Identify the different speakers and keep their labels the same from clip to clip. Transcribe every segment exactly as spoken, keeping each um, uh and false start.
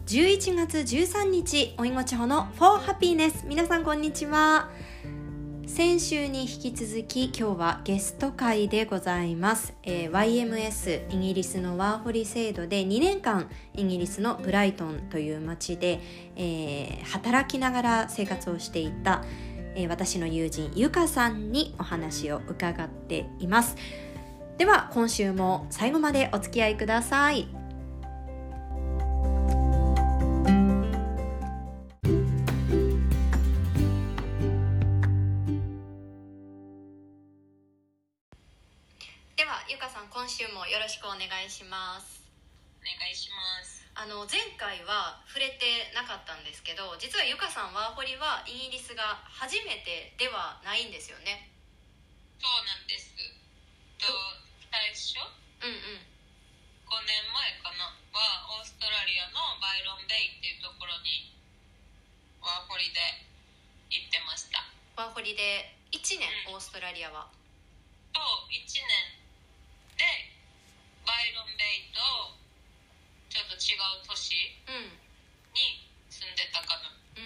Speaker 1: じゅういちがつじゅうさんにち、おいごちほの For Happiness。 皆さんこんにちは。先週に引き続き今日はゲスト会でございます、えー、ワイエムエス イギリスのワーホリ制度でにねんかんイギリスのブライトンという町で、えー、働きながら生活をしていた、えー、私の友人ゆかさんにお話を伺っています。では今週も最後までお付き合いください。ではゆかさん、今週もよろしくお願いします。
Speaker 2: お願いします。
Speaker 1: あの前回は触れてなかったんですけど、実はゆかさんワーホリはイギリスが初めてではないんですよね。
Speaker 2: そうなんです。と最初、
Speaker 1: うんうん
Speaker 2: ごねんまえかなはオーストラリアのバイロンベイっていうところにワーホリで行ってました。
Speaker 1: ワーホリでいちねん、
Speaker 2: うん、
Speaker 1: オーストラリアは
Speaker 2: といちねんでバイロンベイとちょっと違う都市に住んでたかな。
Speaker 1: うん、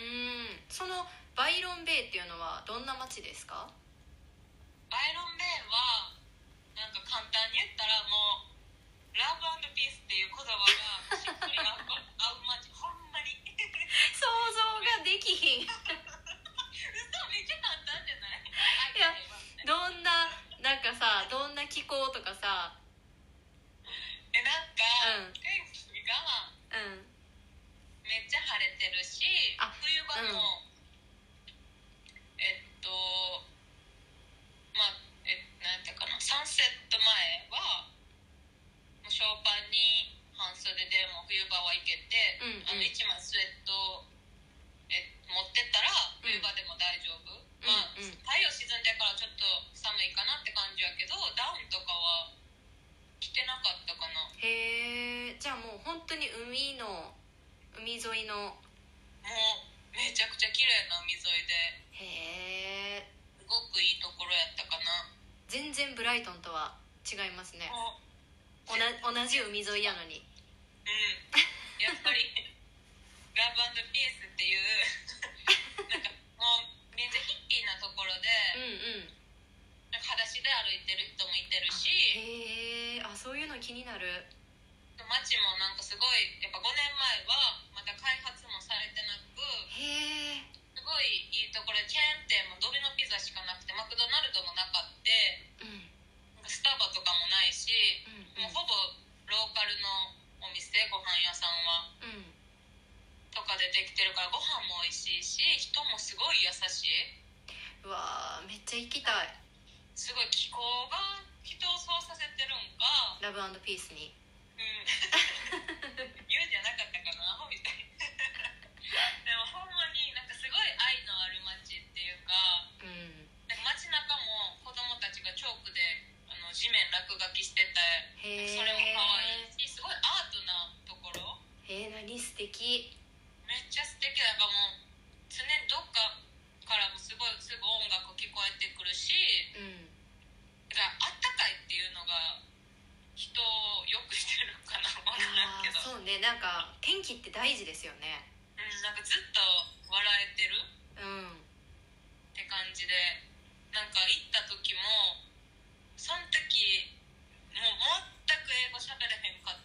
Speaker 1: うんそのバイロンベイっていうのはどんな町ですか？
Speaker 2: バイロンベイはなんか簡単に言ったらもうラブ&ピースっていう言葉がしっくり合う合う街。ほんまに
Speaker 1: 想像ができひん
Speaker 2: 嘘、めっちゃ簡単じゃない？
Speaker 1: いや、どんななんかさ、どんな気候とかさ、
Speaker 2: えなんか、
Speaker 1: うん、
Speaker 2: 天気が
Speaker 1: うん
Speaker 2: めっちゃ晴れてるし、
Speaker 1: あ
Speaker 2: 冬場も、うん、えっとまあえなんていうかな、サンセット前はもうショーパンに半袖でも冬場は行けて、うんうん、あのいちまいスウェットえ持ってったら冬場でも大丈夫、うん、まあ、うんうん、太陽沈んでからちょっと寒いかなって感じやけどダウンとかは着てなかったかな。
Speaker 1: へえ、じゃあもう本当に海の海沿いの、
Speaker 2: もうめちゃくちゃ綺麗な海沿いで、
Speaker 1: へえ、
Speaker 2: すごくいいところやったかな。
Speaker 1: 全然ブライトンとは違いますね。おな同じ海沿いやのに。
Speaker 2: うんやっぱりラブ&ピースっていうなんかもうめっちゃヒッピーなところで、うんうんなんか裸足で歩いてる人もいてるし、
Speaker 1: へえ、あ、そういうの気になる。
Speaker 2: 街もなんかすごいやっぱごねんまえはまだ開発もされてなく、
Speaker 1: へえ、
Speaker 2: すごいいいところでチェーン店もドミノピザしかなくてマクドナルドもなかって、うん、なんかスタバとかもないし、うんうん、もうほぼローカルのお店、ご飯屋さんは、うん、とかでできてるからご飯も美味しいし人もすごい優しい。
Speaker 1: うわー、めっちゃ行きたい。
Speaker 2: すごい気候が人をそうさせてるんか、
Speaker 1: ラブ&ピースに、
Speaker 2: うん言うんじゃなかったかな、アホみたいでもほんまになんかすごい愛のある街っていうか、うん、なんか街中も子供たちがチョークであの地面落書きしてて、それも可愛いしすごいアートなところ。
Speaker 1: へえ、何素敵。
Speaker 2: めっちゃ素敵だからもう常にどっかからもすごいすぐ音楽聞こえてくるし、うん、だからあったかいっていうのが人をよくしてるかな。分からんけど。
Speaker 1: そうね、なんか天気って大事ですよね。
Speaker 2: うん、なんかずっと笑えてる、うん、って感じで、なんか行った時もその時もう全く英語喋れへんかって、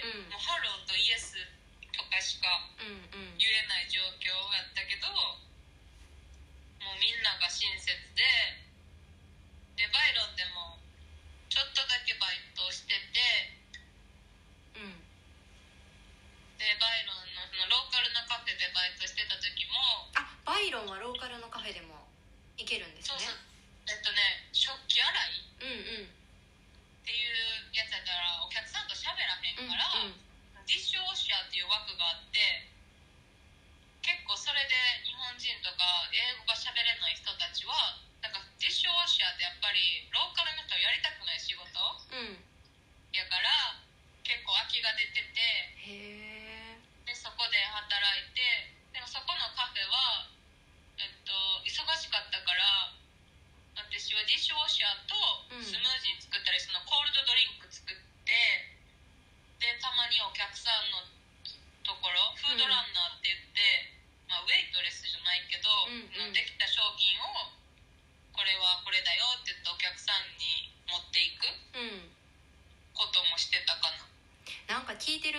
Speaker 2: うん、もうハローとイエスとかしか言えない状況やったけど、もうみんなが親切で、でバイロンでもちょっとだけバイトをしてて、うん、でバイロン の, そのローカルなカフェでバイトしてた時も、
Speaker 1: あ、バイロンはローカルのカフェでも行けるんですね。
Speaker 2: そうそう、えっとね食器洗い、うんうん、っていうやつやった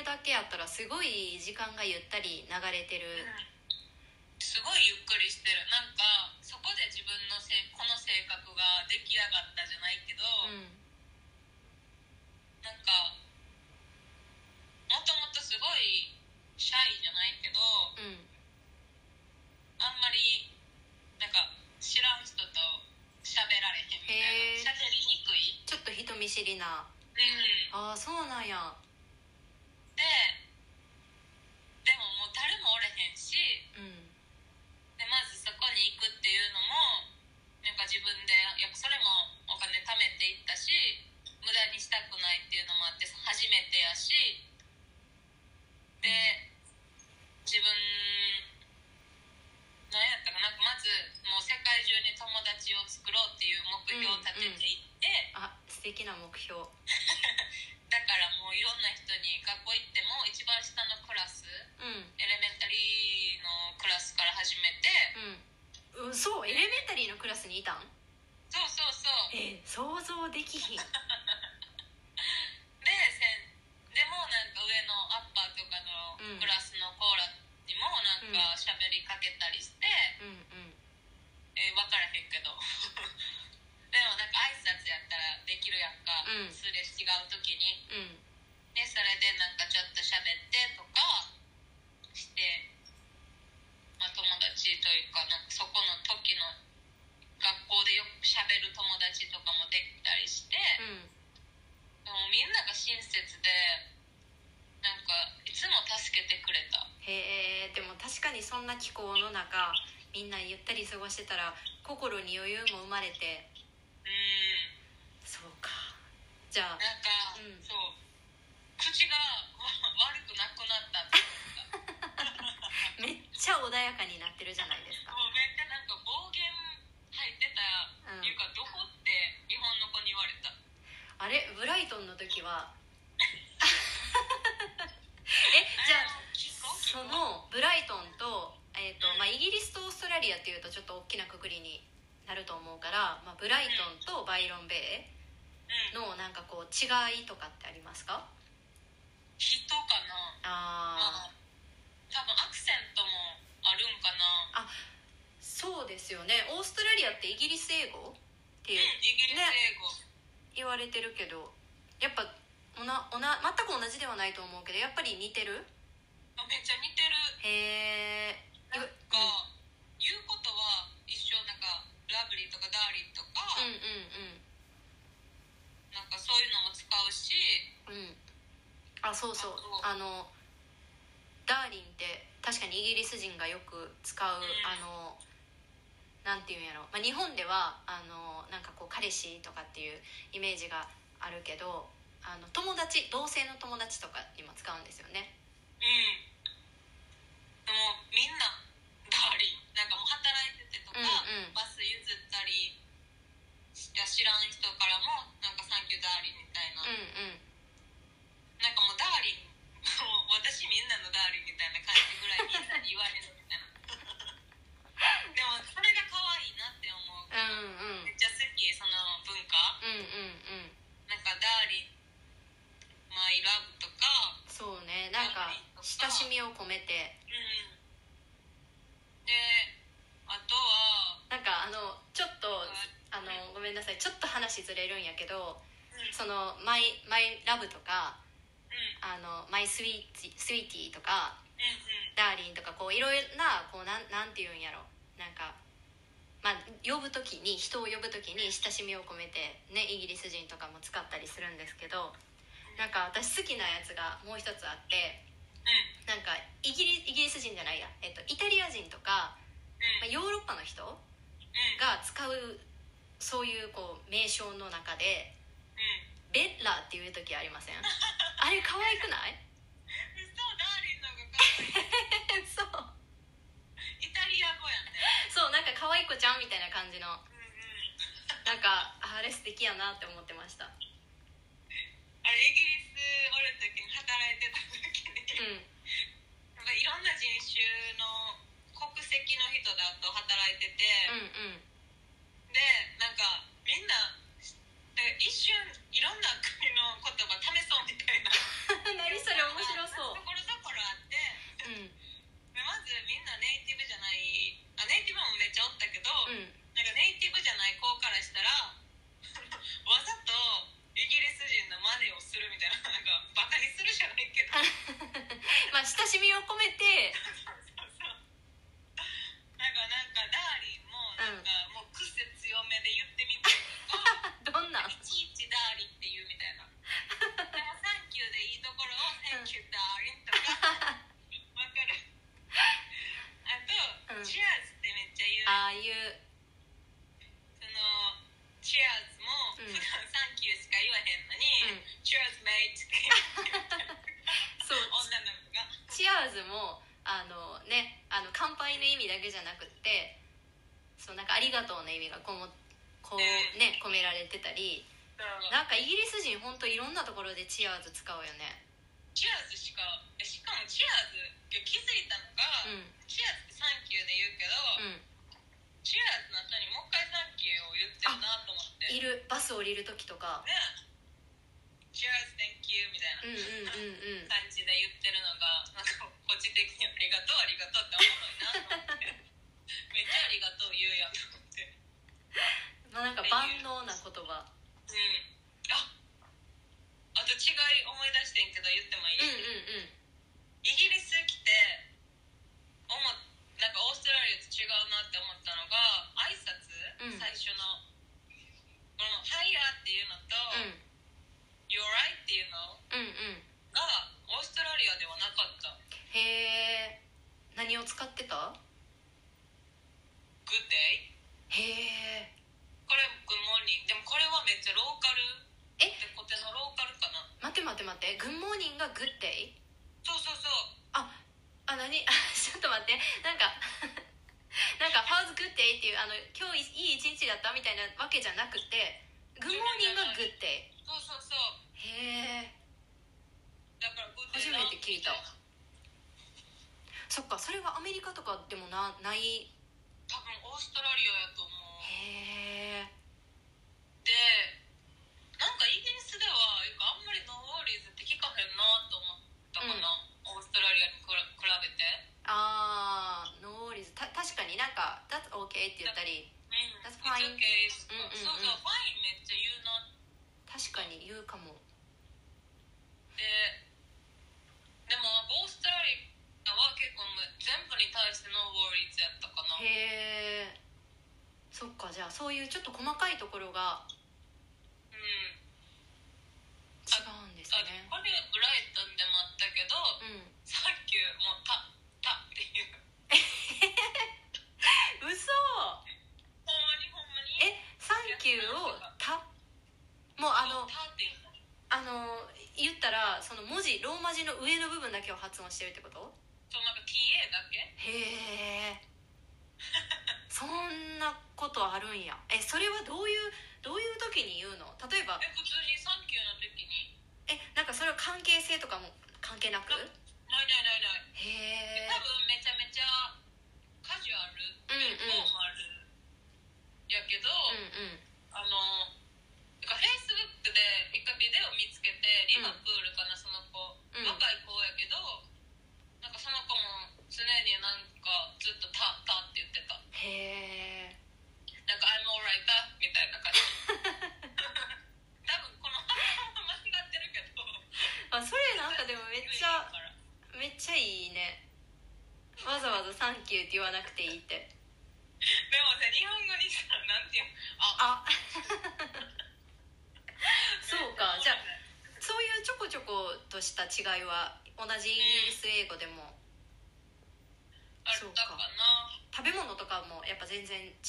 Speaker 1: るだけやったらすごい時間がゆったり流れてる、
Speaker 2: うん、すごいゆっくりしてる。なんかそこで自分のせこの性格が出来上がったじゃないけど、
Speaker 1: うん、
Speaker 2: なんかもともとすごいシャイじゃないけど、
Speaker 1: うん、
Speaker 2: あんまりなんか知らん人と喋られへんみたいな、喋りにくい、
Speaker 1: ちょっと人見知りな。
Speaker 2: うん、
Speaker 1: ああそうなんや。
Speaker 2: ででももう誰もおれへんし、
Speaker 1: うん、
Speaker 2: でまずそこに行くっていうのもなんか自分でやっぱそれもお金貯めていったし、無駄にしたくないっていうのもあって初めてやし、で自分何やったかな、まずもう世界中に友達を作ろうっていう目標を立てていって、
Speaker 1: うんうん、あ素敵な目標
Speaker 2: だからもういろんな人に学校行っても一番下のクラス、
Speaker 1: うん、
Speaker 2: エレメンタリーのクラスから始めて、
Speaker 1: うん、そうエレメンタリーのクラスにいたん？
Speaker 2: そうそうそう、
Speaker 1: えー、想像できひん
Speaker 2: でせんでもなんか上のアッパーとかのクラスのコーラにもなんか喋りかけたりして、
Speaker 1: うんうん、
Speaker 2: えー、分からへんけどでもなんか挨拶やったらできるやんか、
Speaker 1: うん、
Speaker 2: すれ違う時に、
Speaker 1: うん、
Speaker 2: でそれでなんかちょっと喋ってとかして、まあ、友達というかなんかそこの時の学校でよく喋る友達とかもできたりして、
Speaker 1: うん、
Speaker 2: でもみんなが親切でなんかいつも助けてくれた。
Speaker 1: へえ。でも確かにそんな気候の中みんなゆったり過ごしてたら心に余裕も生まれて、
Speaker 2: うん、
Speaker 1: そうか。じゃあ
Speaker 2: なんか、うん、そう口が悪くなくなったって思った
Speaker 1: めっちゃ穏やかになってるじゃないですか。
Speaker 2: もうめっちゃなんか暴言入ってたっていうか、うん、どこって日本の子に言われた。
Speaker 1: あれブライトンの時はえじゃあそのブライトンと、えーとまあ、イギリスとオーストラリアっていうとちょっと大きな括りになると思うから、まあ、ブライトンとバイロンベイのなんかこう違いとかってありますか？
Speaker 2: 人かなあ、まあ、多分アクセントもあるんかなあ。
Speaker 1: そうですよね。オーストラリアってイギリス英語っていう、うん、
Speaker 2: イギリス英語、ね、
Speaker 1: 言われてるけどやっぱおなおな全く同じではないと思うけどやっぱり似てる？
Speaker 2: あめっちゃ似てる。
Speaker 1: へえ。
Speaker 2: なんか、うん、言うことは一緒、なんかラブリーとかダーリンとか、
Speaker 1: うんうんうん、
Speaker 2: なんかそういうのも使うし、
Speaker 1: うん、あそうそう、あのダーリンって確かにイギリス人がよく使う、うん、あのなんていうんやろ、まあ、日本ではあのなんかこう彼氏とかっていうイメージがあるけど、あの友達、同性の友達とかにも使うんですよね。
Speaker 2: うん。でもみんなダーリン、なんかもう働いててとか、うんうん、バス譲ったり知らん人からもなんかサンキューダーリンみたいな、うんうん、なんかもうダーリンもう私みんなのダーリンみたいな感じぐらいみんなに言われるみたいなでもそれが可愛いなって思う、うんうん、めっちゃ好きその文化、うんうんうん、なんかダーリンマイラブとか、そうね、なんか
Speaker 1: 親しみを込めて、
Speaker 2: うん、であとは
Speaker 1: なんかあのちょっとあのごめんなさい、ちょっと話ずれるんやけど、うん、そのマイマイラブとか、うん、あのマイスイーティスイーティーとか、うんうん、ダーリンとかこういろいろなこうなんなんていうんやろ、なんかまあ呼ぶときに人を呼ぶときに親しみを込めてね、イギリス人とかも使ったりするんですけど。なんか私好きなやつがもう一つあって、うん、なんかイギリ、イギリス人じゃないや、えっと、イタリア人とか、うんまあ、ヨーロッパの人が使うそういうこう名称の中で、うん、ベッラっていう時ありません？あれ可愛くない？
Speaker 2: そう、ダーリンのが可愛いそうイタリア語やね。
Speaker 1: そう、なんか可愛い子ちゃんみたいな感じの、うんうん、なんかあれ素敵やなって思ってました。
Speaker 2: あれイギリスおる時に働いてた時に、うん、なんかいろんな人種の国籍の人だと働いてて、うんうん、でなんかみんな一瞬いろんな国の言葉試そうみたいな
Speaker 1: 何それ面白そ
Speaker 2: して
Speaker 1: そう
Speaker 2: 女の子が
Speaker 1: チアーズもあのねあの乾杯の意味だけじゃなくってそうなんかありがとうの意味がこもこうね込められてたり、なんかイギリス人ほんといろんなところでチアーズ使うよね。
Speaker 2: チアーズしかえしかもチアーズ今日気づいたのが、
Speaker 1: うん
Speaker 2: チアーズってサンキューで言うけど、
Speaker 1: うん
Speaker 2: チアーズの後にもう一回サンキューを言ってるなと思って。
Speaker 1: いるバス降りる時とか
Speaker 2: ねチアーズ Thank you みたいな
Speaker 1: うんうんうんうん
Speaker 2: 感じで言ってるのがなんかこっち的にありがとうありがとうって思うなと思ってめっちゃありがとう言うやんと思って
Speaker 1: まあなんか万能な言葉。
Speaker 2: うんああと違い思い出してんけど言ってもいい、
Speaker 1: うんうんうん
Speaker 2: イギリス来て思っなんかオーストラリアと違うなって思ったのが挨拶、
Speaker 1: うん
Speaker 2: 最初のこの「Hiya」っていうのと
Speaker 1: うん
Speaker 2: 「You're right」っていうの
Speaker 1: うんうん
Speaker 2: がオーストラリアではなかった。
Speaker 1: へえ何を使ってた？
Speaker 2: Good day
Speaker 1: へえ
Speaker 2: これ Good morning でもこれはめっちゃローカル
Speaker 1: え
Speaker 2: ってコテのローカルかな。
Speaker 1: 待って待って待ってグッモーニングがグッデイ
Speaker 2: そうそうそう
Speaker 1: ああ何あちょっと待ってなんかなんか「How's good day」っていうあの今日いい一日だったみたいなわけじゃなくてグッモーニングがグッデイ。
Speaker 2: そうそうそう
Speaker 1: へえ
Speaker 2: だから Good day
Speaker 1: 初めて聞いた。
Speaker 2: みな
Speaker 1: そっかそれはアメリカとかでもなない
Speaker 2: 多分オーストラリアやと思う。
Speaker 1: へえ
Speaker 2: でなんかイギリスではあんまりノーウォーリーズって聞かへんなと思ったかな、うん、オーストラリアに比べて。
Speaker 1: ああノーウォーリーズた確かになんか「That's okay」って言ったり
Speaker 2: 「うん、
Speaker 1: That's fine」
Speaker 2: It's okay、
Speaker 1: うんうんうん、
Speaker 2: そうそう「fine」めっちゃ言うな。
Speaker 1: 確かに言うかも。
Speaker 2: ででもオーストラリアは結構全部に対してノーウォーリーズやったかな。
Speaker 1: へえそっかじゃあそういうちょっと細かいところが
Speaker 2: うん
Speaker 1: 違うんですね。
Speaker 2: あこれブライトンでもあったけど、
Speaker 1: うん、
Speaker 2: サンキューもたたっていう
Speaker 1: 嘘
Speaker 2: ほんまにほんまに
Speaker 1: えサンキューをたもうあの
Speaker 2: たっていうの
Speaker 1: あの言ったらその文字ローマ字の上の部分だけを発音してるってこと？
Speaker 2: そうなんか ティーエー だけ。
Speaker 1: へえそんなことあるんや。えそれはどういうどういう時に言うの？例えば
Speaker 2: え普通にサンキューの時に
Speaker 1: えなんかそれは関係性とかも関係なく？
Speaker 2: ないないないない
Speaker 1: へえ
Speaker 2: 多分めちゃめちゃカジュアル、
Speaker 1: うんうん、
Speaker 2: フォーマルやけど、
Speaker 1: うんうん、
Speaker 2: あのフェイスブックで一回ビデオ見つけてリバプールかな、うん、その子、うん、若い子やけどなんかその子も常になんかずっとタタって言ってた。
Speaker 1: へえ
Speaker 2: なんか I'm alright だみたいな感じ多分この発音は間違ってるけど
Speaker 1: あそれなんかでもめっちゃめっちゃいいね。わざわざサンキューって言わなくていいって。で
Speaker 2: もさ日本語にしたらなんていうあ
Speaker 1: あそうかじゃあそういうちょこちょことした違いは同じイギリス英語でも、うん、
Speaker 2: あったかな。
Speaker 1: 食べ物とかもやっぱ全然違った？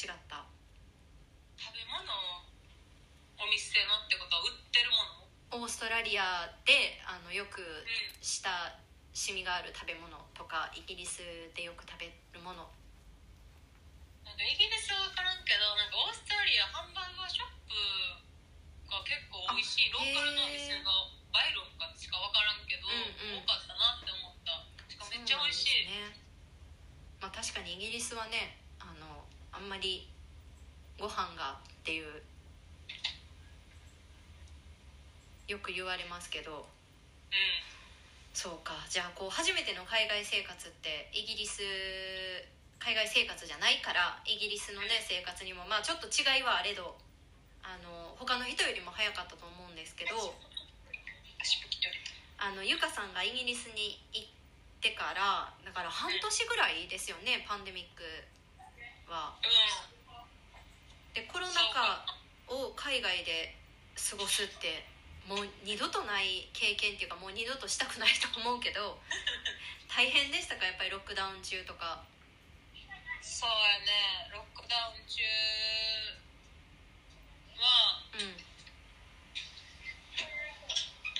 Speaker 2: 食べ物お店のってことは売ってるもの？
Speaker 1: オーストラリアであのよく親しみがある食べ物とかイギリスでよく食べるもの。
Speaker 2: なんかイギリスは分からんけどなんかオーストラリアハンバーガーショップが結構美味しいローカルのお店がバイロンかしか分からんけど、うんうん、多かったなって思った。しかもめっちゃ美味しい。
Speaker 1: ね、まあ、確かにイギリスはねあのあんまりご飯がっていうよく言われますけど、うん、そうかじゃあこう初めての海外生活ってイギリス海外生活じゃないからイギリスのね生活にもまあちょっと違いはあれどあの他の人よりも早かったと思うんですけどあのゆかさんがイギリスに行ってからだから半年ぐらいですよねパンデミックは。でコロナ禍を海外で過ごすってもう二度とない経験っていうかもう二度としたくないと思うけど大変でしたかやっぱりロックダウン中とか。
Speaker 2: そうやねロックダウン中は、うん、友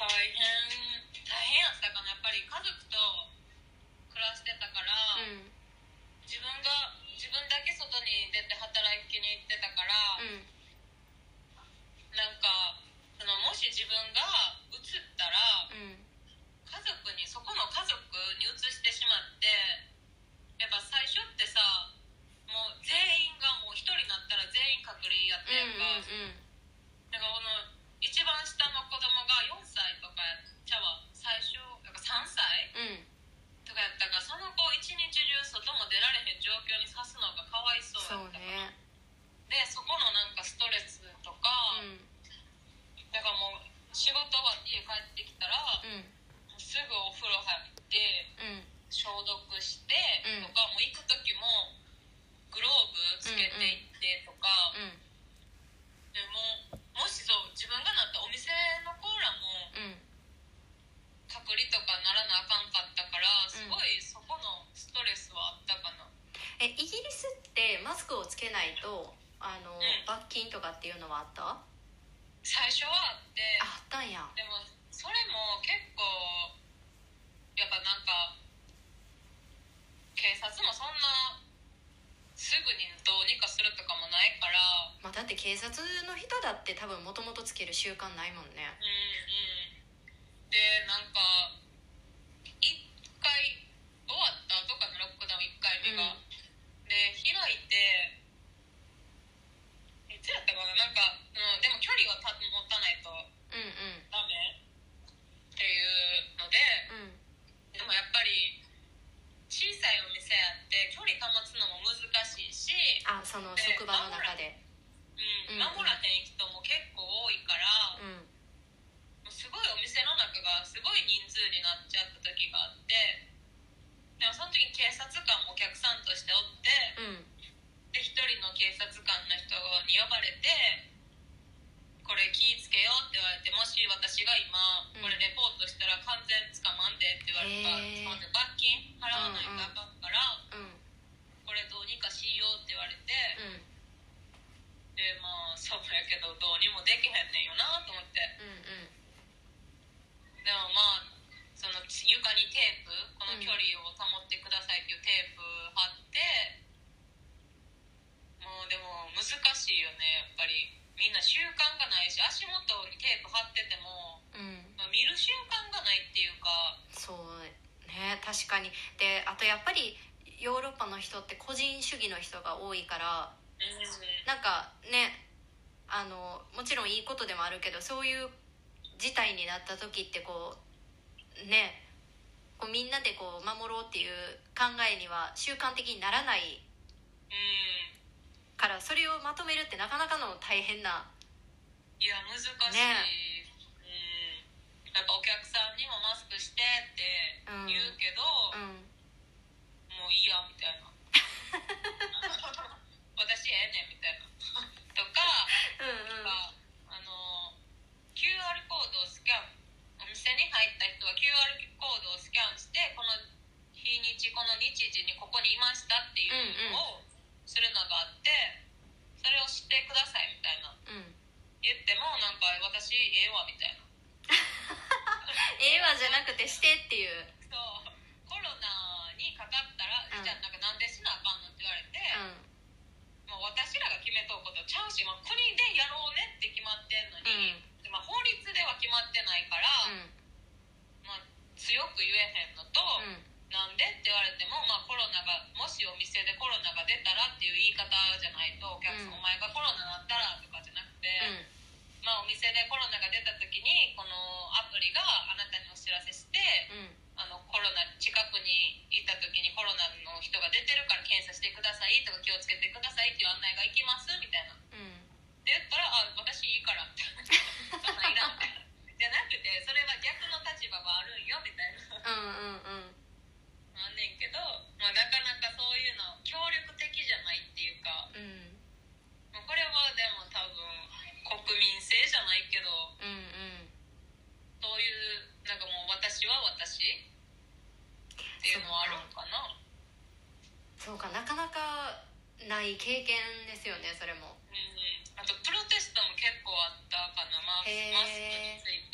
Speaker 2: 大変大変やったかな。やっぱり家族と暮らしてたから、
Speaker 1: うん
Speaker 2: 自分が自分だけ外に出て働きに行ってたから、
Speaker 1: うん
Speaker 2: なんかそのもし自分が移ったら、
Speaker 1: うん
Speaker 2: 家族にそこの家族に移してしまって、やっぱ最初ってさ、もう全員がもう一人になったら全員隔離やってやんか、
Speaker 1: うん
Speaker 2: なんかこの一番下の子供がよんさいとかやっちゃうわ、最初なんかさんさい
Speaker 1: うん
Speaker 2: とかやったから、その子一日中外も出られへん状況にさすのがかわいそうやったから、
Speaker 1: そうね
Speaker 2: でそこのなんかストレスとか、
Speaker 1: うん
Speaker 2: だからもう仕事終わって家帰ってきたら、
Speaker 1: うん
Speaker 2: すぐお風呂入って
Speaker 1: うん
Speaker 2: 消毒して
Speaker 1: うん
Speaker 2: とか、もう行く時もグローブつけて行ってとか、
Speaker 1: うん
Speaker 2: でももしそう自分がなったお店の子らも
Speaker 1: うん
Speaker 2: 隔離とかならなあかんかったから、すごいそこのストレスはあったかな。
Speaker 1: えイギリスってマスクをつけないとあの、
Speaker 2: うん
Speaker 1: 罰金とかっていうのはあった？
Speaker 2: 最初はあって、
Speaker 1: あったんや。
Speaker 2: でもそれも結構やっぱなんか警察もそんなすぐにどうにかするとかもないから、
Speaker 1: まあ、だって警察の人だって多分もともとつける習慣ないもんね。
Speaker 2: うんうんでなんかいっかい終わった後かな、ロックダウンいっかいめが、
Speaker 1: うん
Speaker 2: で開いていつやったかな、なんか、うん、でも距離はた持たないと
Speaker 1: うんうん
Speaker 2: ダメっていうので、
Speaker 1: うん
Speaker 2: でもやっぱり小さいお店やって距離保つのも難しいし、
Speaker 1: あその職場の中で
Speaker 2: うん、
Speaker 1: うんうん
Speaker 2: 守らへん人も結構多いから、
Speaker 1: うん
Speaker 2: もうすごいお店の中がすごい人数になっちゃった時があって、でもその時に警察官もお客さんとしておって、
Speaker 1: うん
Speaker 2: で一人の警察官の人に呼ばれて、これ気ぃつけようって言われて、もし私が今これレポートしたら完全捕まんでって言われたら、
Speaker 1: へー
Speaker 2: 罰金払わないとあかんから、
Speaker 1: うん
Speaker 2: これどうにかしようって言われて、
Speaker 1: うん
Speaker 2: でまあそうやけどどうにもできへんねんよなと思って、
Speaker 1: うん
Speaker 2: でもまあその床にテープ、この距離を保ってくださいっていうテープ貼って、もうでも難しいよね、やっぱりみんな習慣がないし、足元にテープ貼ってても、
Speaker 1: うん
Speaker 2: まあ、見る習慣がないっていうか。
Speaker 1: そうね、確かに。であとやっぱりヨーロッパの人って個人主義の人が多いから、
Speaker 2: うん
Speaker 1: なんかね、あのもちろんいいことでもあるけど、そういう事態になった時ってこうね、こうみんなでこう守ろうっていう考えには習慣的にならない
Speaker 2: うん
Speaker 1: から、それをまとめるってなかなかの大変な。
Speaker 2: いや難しい、
Speaker 1: ね
Speaker 2: うん、やっぱお客さんにもマスクしてって言うけど、
Speaker 1: うん
Speaker 2: もういいやみたいな私ええねんみたいなとか、
Speaker 1: うんうん
Speaker 2: あの キューアール コードをスキャン、お店に入った人は キューアール コードをスキャンして、この日にちこの日時にここにいましたっていうのをするのがあって、それを知ってくださいみたいな
Speaker 1: うん
Speaker 2: 言っても、なんか私ええわみたいな
Speaker 1: ええわじゃなくてしてっていう。
Speaker 2: そうコロナにかかったら、
Speaker 1: うん
Speaker 2: じゃあなんかなんでしなあかんのって言われて、
Speaker 1: う
Speaker 2: もう私らが決めとうことちゃうし、まあ、国でやろうねって決まってんのに、でまあ、法律では決まってないから、
Speaker 1: んうん
Speaker 2: まあ、強く言えへんのと、
Speaker 1: うん
Speaker 2: なんでって言われても、まあ、コロナがもしお店でコロナが出たらっていう言い方じゃないと、お客さん、
Speaker 1: うん
Speaker 2: お前がコロナになったらとかじゃなくて、
Speaker 1: うん
Speaker 2: まあ、お店でコロナが出た時にこのアプリがあなたにお知らせして、
Speaker 1: うん
Speaker 2: あのコロナ近くにいた時にコロナの人が出てるから検査してくださいとか気をつけてくださいっていう案内が行きますみたいなって
Speaker 1: うん
Speaker 2: 言ったら、あ私いいからみたいなそんなんいらんみたいなじゃなくて、それは逆の立場もあるんよみたいな
Speaker 1: うんうん
Speaker 2: あんねんけど、まあ、なかなかそういうの協力的じゃないっていうか、
Speaker 1: うん
Speaker 2: まあこれはでも多分国民性じゃないけど、
Speaker 1: うんうん
Speaker 2: そういうなんかもう私は私っていうのはあるんかな。
Speaker 1: そうか、なかなかない経験ですよね、それも。
Speaker 2: うん、あとプロテストも結構あったかな、マス
Speaker 1: へー
Speaker 2: マスクについて。
Speaker 1: あ、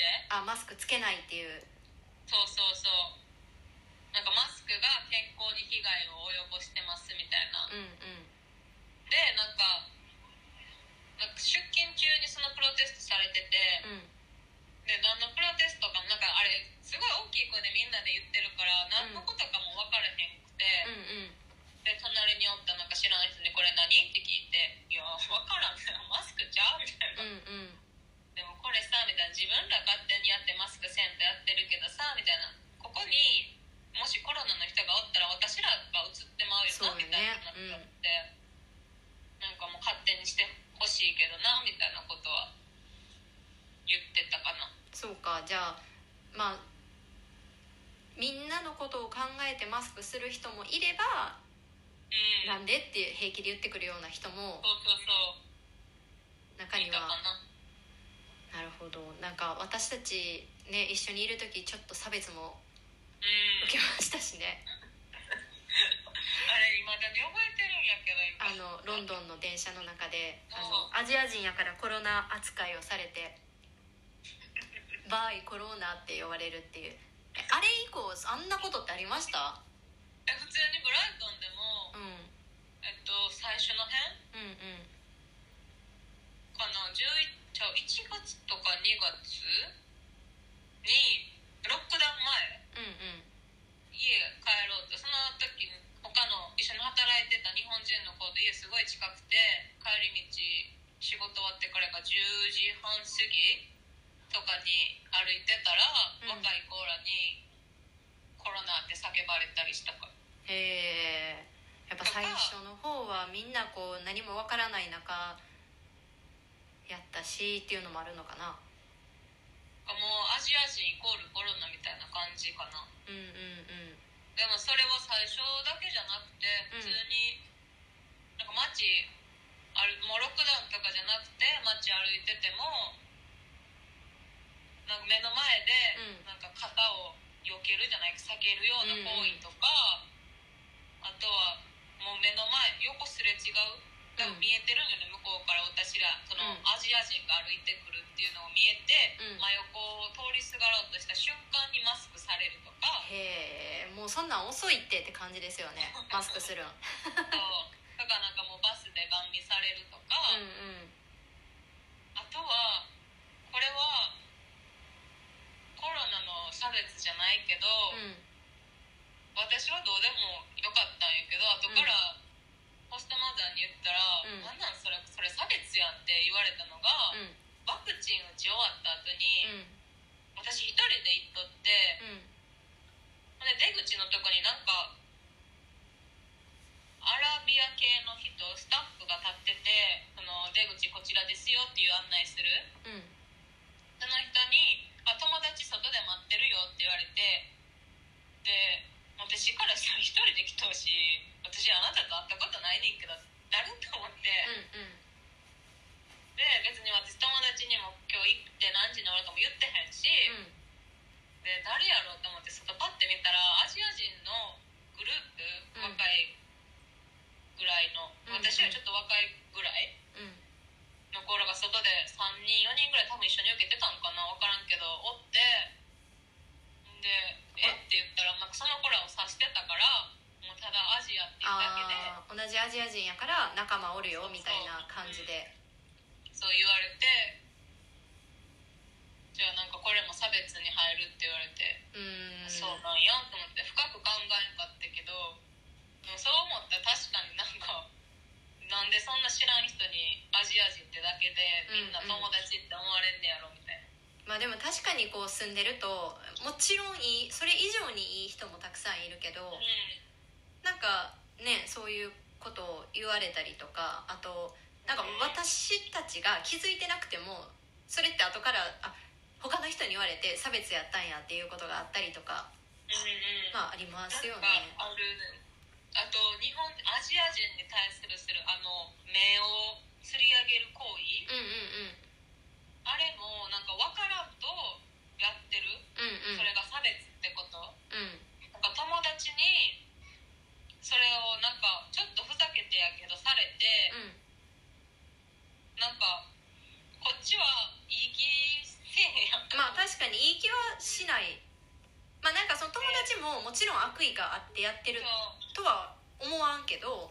Speaker 1: マスクつけないっていう。
Speaker 2: そうそうそう、なんかマスクが健康に被害を及ぼしてますみたいな、
Speaker 1: うんうん、
Speaker 2: でなんかなんか出勤中にそのプロテストされてて、うん、で何のプロテストかもなんかあれすごい大きい声でみんなで言ってるから何のことかも分からへんくて、うんうん、で隣におったなんか知らない人にこれ何って聞いて、いや分からんマスクちゃうみたいな、うんうん、でもこれさみたいな、自分ら勝手にやってマスクせんとやってるけどさみたいな、ここにもしコロナの人がおったら私らがうつってまうよな、ね、みたいななって、うん、なんかもう勝手にしてほしいけどなみたいなことは言ってたかな。
Speaker 1: そうか、じゃあまあみんなのことを考えてマスクする人もいれば、うん、なんでって平気で言ってくるような人も
Speaker 2: そうそうそう
Speaker 1: 中には。なるほど。なんか私たちね一緒にいる時ちょっと差別も受けましたしね、
Speaker 2: うん、あれ未だに覚えてるんやけど、
Speaker 1: あのロンドンの電車の中であのアジア人やからコロナ扱いをされてバイコロナって呼ばれるっていう。あれ以降あんなことってありました？
Speaker 2: え普通にブライトンでも、うん、えっと最初の辺、うんうん、かな、じゅういちがつとかにがつにロックダウン前、うんうん、家帰ろうって、その時他の一緒に働いてた日本人の子で家すごい近くて帰り道仕事終わってからがじゅうじはん過ぎとかに歩いてたら、うん、若い子らにコロナって叫ばれたりしたから。
Speaker 1: へえ、やっぱ最初の方はみんなこう何もわからない中やったしっていうのもあるのかな。
Speaker 2: もうアジア人イコールコロナみたいな感じかな。うんうんうん。でもそれは最初だけじゃなくて普通に、うん、なんか街ある、もうロックダウンとかじゃなくて街歩いててもなんか目の前でなんか肩を避けるじゃないか避けるような行為とか、うんうん、あとはもう目の前横すれ違うが見えてるんよね、向こうから私らそのアジア人が歩いてくるっていうのを見えて、うん、真横を通りすがろうとした瞬間にマスクされるとか。
Speaker 1: へえ、もうそんなん遅いってって感じですよねマスクするんそうだ
Speaker 2: からなんかもうバスでガン見されるとか、うんうん、あとはこれはコロナの差別じゃないけど、うん、私はどうでもよかったんやけど後から、うんホストマザーに言ったら、うん、なんなんそれ、それ差別やんって言われたのが、うん、ワクチン打ち終わった後に、うん、私一人で行っとって、うん、で出口のとこになんかアラビア系の人スタッフが立っててその出口こちらですよっていう案内する、うん、その人にあ友達外で待ってるよって言われて、で私からしたら一人で来てほしい、私あなたと会ったことないねんけど誰と思って、うんうん、で別に私友達にも今日行って何時に終わるかも言ってへんし、うん、で誰やろうと思って外パッて見たらアジア人のグループ、うん、若いぐらいの、うんうん、私よりちょっと若いぐらいの子らが外でさんにんよにんぐらい多分一緒に受けてたんかな分からんけどおってでえって言ったらなんかその子らを指してたからもうただアジアっていうだけで
Speaker 1: 同じアジア人やから仲間おるよみたいな感じで
Speaker 2: そう言われて、じゃあなんかこれも差別に入るって言われてうーんそうなんやと思って深く考えんかったけどでもそう思ったら確かになんかなんでそんな知らん人にアジア人ってだけでみんな友達って思われんねやろみたいな、
Speaker 1: まあでも確かにこう住んでるともちろんいいそれ以上にいい人もたくさんいるけど、うん、なんかねそういうことを言われたりとかあとなんか私たちが気づいてなくてもそれって後からあ他の人に言われて差別やったんやっていうことがあったりとか、うんうん、まあありますよね。
Speaker 2: あるあと日本アジア人に対するするあの目をつり上げる行為、うんうんうんあれもなんか分からんとやってる、うんうん、それが差別ってこと、うん、なんか友達にそれをなんかちょっとふざけてやけどされて、うん、なんかこっちはいい気せえへんやんか。
Speaker 1: まあ確かにいい気まあなんかその友達ももちろん悪意があってやってるとは思わんけど、
Speaker 2: うんうん、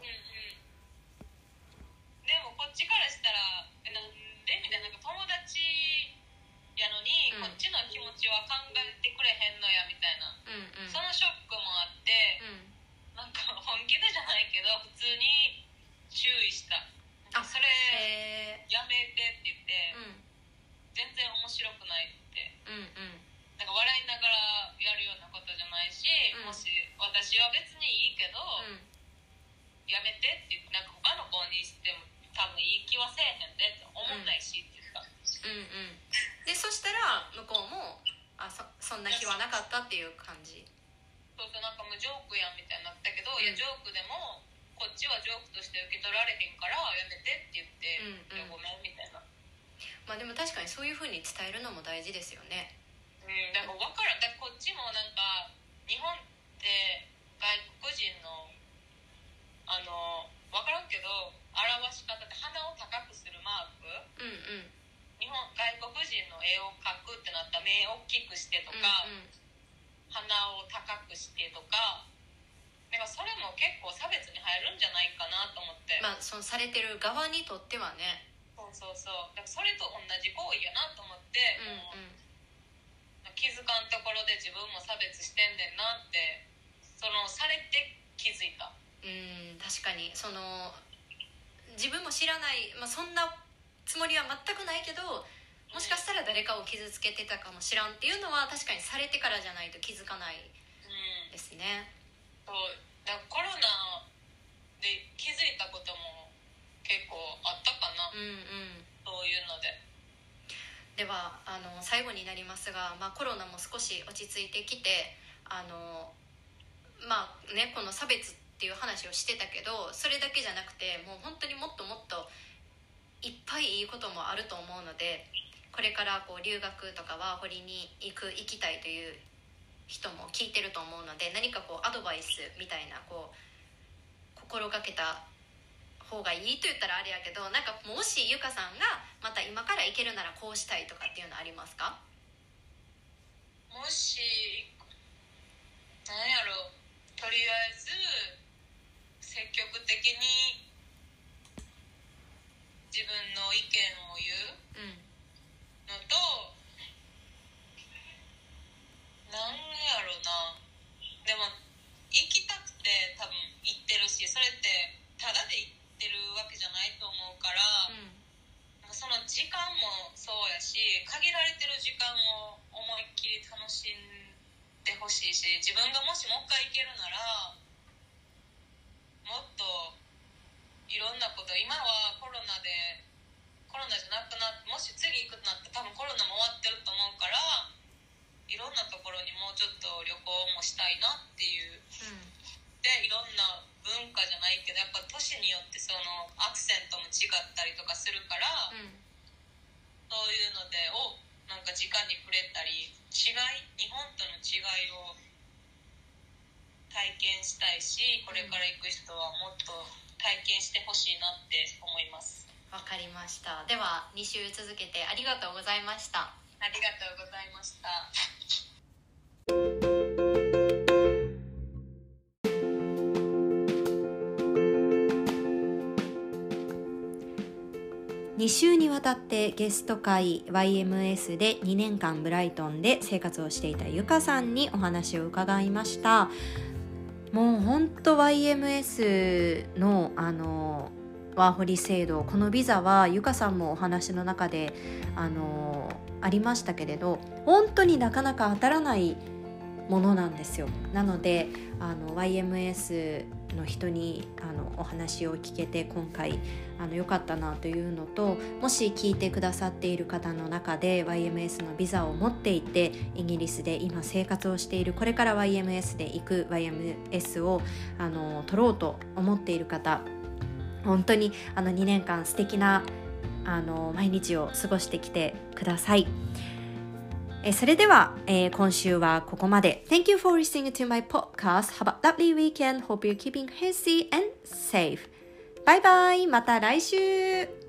Speaker 2: でもこっちからしたらえなんでみたいな、なんか友達やのに、うん、こっちの気持ちは考えてくれへんのやみたいな、うんうん、そのショックもあって、うん、なんか本気でじゃないけど普通に注意した。あ、それやめてって言って、うん、全然面白くないって、うんうん、なんか笑いながらやるようなことじゃないし、うん、もし私は別にいいけど、うん、やめてって言って、なんか他の子にしても多分いい気はせえへんでって思んないしって言った、うんうん、
Speaker 1: でそしたら向こうもあ そ, そんな気はなかったっていう感じ。
Speaker 2: そうそう、なんかもうジョークやんみたいになったけど、うん、いやジョークでもこっちはジョークとして受け取られへんからやめてって言って、うんうん、いやごめんみたいな。
Speaker 1: まあでも確かにそういう風に伝えるのも大事ですよね。
Speaker 2: うん、だから分からん。だからこっちもなんか日本って外国人のあの分からんけど表し方って鼻を高くするマーク、うんうん、日本外国人の絵を描くってなったら目を大きくしてとか、うんうん、鼻を高くしてとか、だからそれも結構差別に入るんじゃないかなと思って。
Speaker 1: まあそのされてる側にとってはね。
Speaker 2: そうそうそう、だからそれと同じ行為やなと思って、うんうん、気づかんところで自分も差別してんねんなってそのされて気づいた。
Speaker 1: うん、確かにその自分も知らない、まあ、そんなつもりは全くないけど、もしかしたら誰かを傷つけてたかもしらんっていうのは確かにされてからじゃないと気づかないですね、
Speaker 2: うん、そうだからコロナで気づいたことも結構あったかな、うんうん、そういうので。
Speaker 1: ではあの最後になりますが、まあ、コロナも少し落ち着いてきてあのまあねこの差別っていう話をしてたけど、それだけじゃなくてもう本当にもっともっといっぱいいいこともあると思うので、これからこう留学とかワーホリに行く行きたいという人も聞いてると思うので、何かこうアドバイスみたいなこう心がけた方がいいと言ったらあれやけど、なんかもしゆかさんがまた今から行けるならこうしたいとかっていうのありますか？
Speaker 2: もしなんやろ、とりあえず積極的に自分の意見を言うのと、うん、なんやろな、でも行きたくて多分行ってるし、それってただで行ってるわけじゃないと思うから、うん、その時間もそうやし、限られてる時間を思いっきり楽しんでほしいし、自分がもしもう一回行けるならもっといろんなこと、今はコロナでコロナじゃなくなって、もし次行くとなって多分コロナも終わってると思うから、いろんなところにもうちょっと旅行もしたいなっていう、うん、でいろんな文化じゃないけどやっぱ都市によってそのアクセントも違ったりとかするから、うん、そういうのでをなんか直に触れたり、違い、日本との違いを体験したいし、これから行く人はもっと体験してほしいなって思います。
Speaker 1: わかりました。ではに週続けてありがとうございました。
Speaker 2: ありがとうございました。
Speaker 1: に週にわたってゲスト会 ワイエムエス でにねんかんブライトンで生活をしていたゆかさんにお話を伺いました。もうほんと ワイエムエス のあのワーホリ制度、このビザはゆかさんもお話の中であのありましたけれど、本当になかなか当たらないものなんですよ。なのであの ワイエムエス の人にあのお話を聞けて今回あの良かったなというのと、もし聞いてくださっている方の中で ワイエムエス のビザを持っていてイギリスで今生活をしている、これから ワイエムエス で行く ワイエムエス をあの取ろうと思っている方、本当にあのにねんかん素敵なあの毎日を過ごしてきてください。えそれでは、えー、今週はここまで。 Thank you for listening to my podcast. Have a lovely weekend. Hope you're keeping healthy and safe. バイバイ。また来週。